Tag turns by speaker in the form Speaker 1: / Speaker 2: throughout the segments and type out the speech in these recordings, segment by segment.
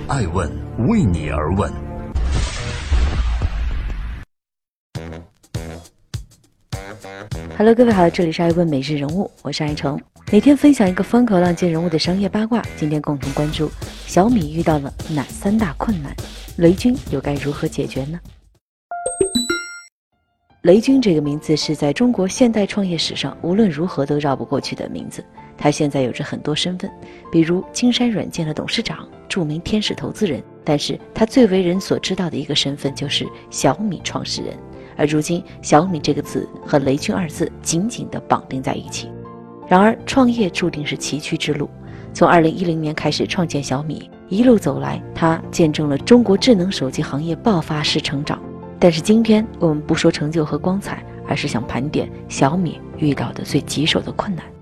Speaker 1: 爱问为你而问。
Speaker 2: Hello， 各位好，这里是爱问每日人物，我是爱成，每天分享一个风口浪尖人物的商业八卦。今天共同关注小米遇到了哪3大困难，雷军又该如何解决呢？雷军这个名字是在中国现代创业史上无论如何都绕不过去的名字。他现在有着很多身份，比如金山软件的董事长、著名天使投资人，但是他最为人所知道的一个身份就是小米创始人。而如今小米这个字和雷军2字紧紧地绑定在一起。然而创业注定是崎岖之路，从2010年开始创建小米，一路走来，他见证了中国智能手机行业爆发式成长。但是今天我们不说成就和光彩，而是想盘点小米遇到的最棘手的困难。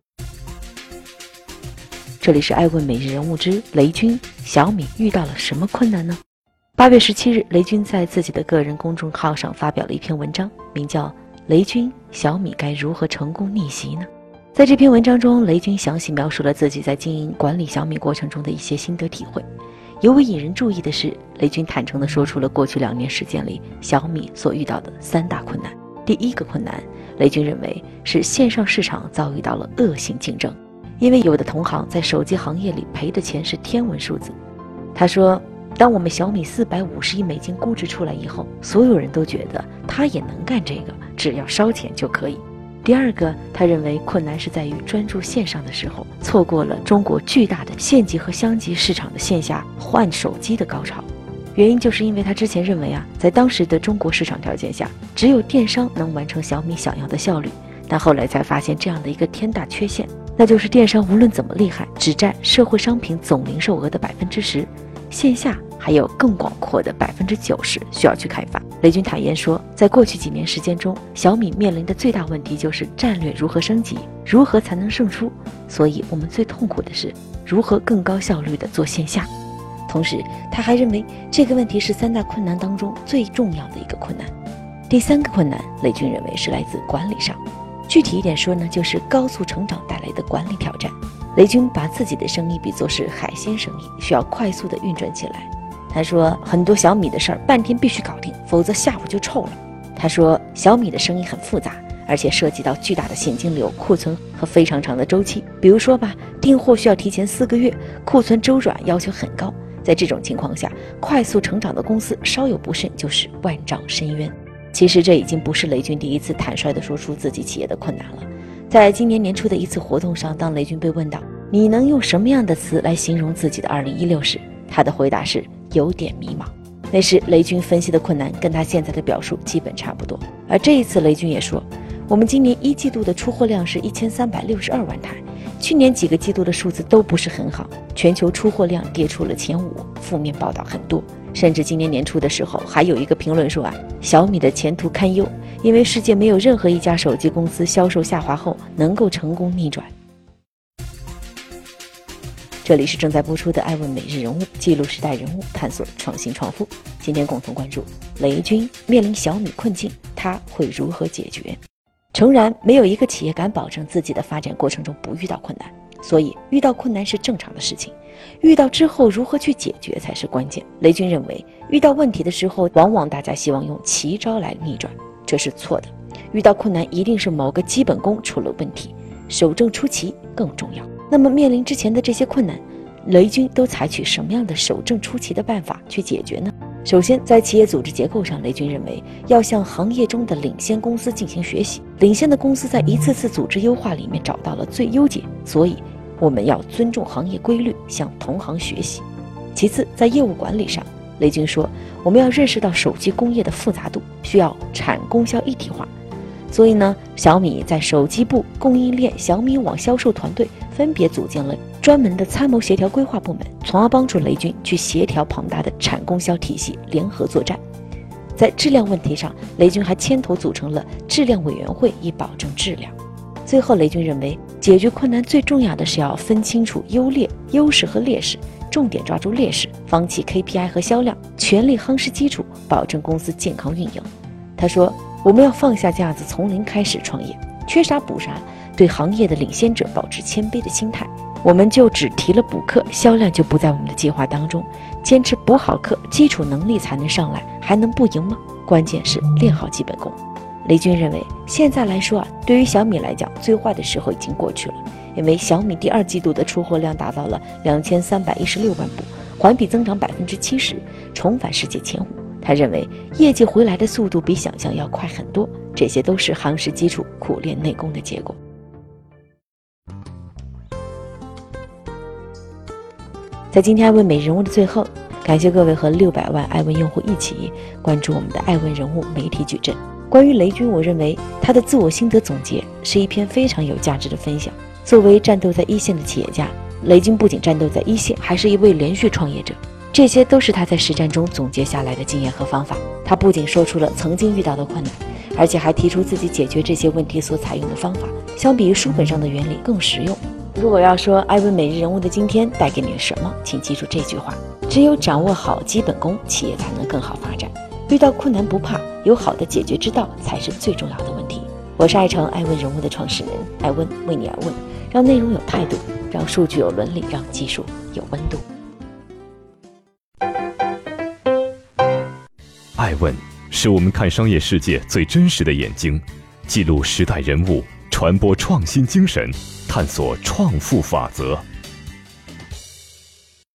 Speaker 2: 这里是爱问每日人物之雷军，小米遇到了什么困难呢？8月17日，雷军在自己的个人公众号上发表了一篇文章，名叫《雷军，小米该如何成功逆袭呢》。在这篇文章中，雷军详细描述了自己在经营管理小米过程中的一些心得体会。尤为引人注意的是，雷军坦诚地说出了过去2年时间里小米所遇到的3大困难。第一个困难，雷军认为是线上市场遭遇到了恶性竞争，因为有的同行在手机行业里赔的钱是天文数字。他说，当我们小米450亿美金估值出来以后，所有人都觉得他也能干这个，只要烧钱就可以。第二个，他认为困难是在于专注线上的时候，错过了中国巨大的县级和乡级市场的线下换手机的高潮。原因就是因为他之前认为在当时的中国市场条件下，只有电商能完成小米想要的效率，但后来才发现这样的一个天大缺陷，那就是电商无论怎么厉害，只占社会商品总零售额的10%，线下还有更广阔的90%需要去开发。雷军坦言说，在过去几年时间中，小米面临的最大问题就是战略如何升级，如何才能胜出，所以我们最痛苦的是如何更高效率地做线下。同时他还认为这个问题是3大困难当中最重要的一个困难。第3个困难，雷军认为是来自管理上，具体一点说呢，就是高速成长带来的管理挑战。雷军把自己的生意比作是海鲜生意，需要快速地运转起来。他说，很多小米的事儿半天必须搞定，否则下午就臭了。他说，小米的生意很复杂，而且涉及到巨大的现金流、库存和非常长的周期。比如说吧，订货需要提前4个月，库存周转要求很高。在这种情况下，快速成长的公司稍有不慎就是万丈深渊。其实这已经不是雷军第一次坦率地说出自己企业的困难了。在今年年初的一次活动上，当雷军被问到你能用什么样的词来形容自己的2016时，他的回答是有点迷茫。那时雷军分析的困难跟他现在的表述基本差不多。而这一次雷军也说，我们今年1季度的出货量是1362万台，去年几个季度的数字都不是很好，全球出货量跌出了前5，负面报道很多。甚至今年年初的时候，还有一个评论说小米的前途堪忧，因为世界没有任何一家手机公司销售下滑后能够成功逆转。这里是正在播出的爱问每日人物，记录时代人物，探索创新创富。今天共同关注雷军面临小米困境，他会如何解决？诚然，没有一个企业敢保证自己的发展过程中不遇到困难，所以遇到困难是正常的事情，遇到之后如何去解决才是关键。雷军认为，遇到问题的时候，往往大家希望用奇招来逆转，这是错的。遇到困难一定是某个基本功出了问题，守正出奇更重要。那么面临之前的这些困难，雷军都采取什么样的守正出奇的办法去解决呢？首先，在企业组织结构上，雷军认为要向行业中的领先公司进行学习。领先的公司在一次次组织优化里面找到了最优解，所以我们要尊重行业规律，向同行学习。其次，在业务管理上，雷军说，我们要认识到手机工业的复杂度，需要产供销一体化。所以呢，小米在手机部、供应链、小米网销售团队分别组建了专门的参谋协调规划部门，从而帮助雷军去协调庞大的产供销体系，联合作战。在质量问题上，雷军还牵头组成了质量委员会，以保证质量。最后，雷军认为解决困难最重要的是要分清楚优劣、优势和劣势，重点抓住劣势，放弃 KPI 和销量，全力夯实基础，保证公司健康运营。他说，我们要放下架子，从零开始创业，缺啥补啥，对行业的领先者保持谦卑的心态。 我们就只提了补课，销量就不在我们的计划当中。坚持补好课，基础能力才能上来，还能不赢吗？关键是练好基本功。雷军认为，现在来说对于小米来讲，最坏的时候已经过去了，因为小米第2季度的出货量达到了2316万部，环比增长70%，重返世界前5。他认为业绩回来的速度比想象要快很多，这些都是夯实基础、苦练内功的结果。在今天爱问每日人物的最后，感谢各位和600万爱问用户一起关注我们的爱问人物媒体矩阵。关于雷军，我认为他的自我心得总结是一篇非常有价值的分享。作为战斗在一线的企业家，雷军不仅战斗在一线，还是一位连续创业者，这些都是他在实战中总结下来的经验和方法。他不仅说出了曾经遇到的困难，而且还提出自己解决这些问题所采用的方法，相比于书本上的原理更实用。如果要说爱问每日人物的今天带给你了什么，请记住这句话：只有掌握好基本功，企业才能更好发展。遇到困难不怕，有好的解决之道才是最重要的问题。我是爱成爱问人物的创始人，爱问为你而问，让内容有态度，让数据有伦理，让技术有温度。
Speaker 1: 爱问是我们看商业世界最真实的眼睛，记录时代人物，传播创新精神，探索创富法则。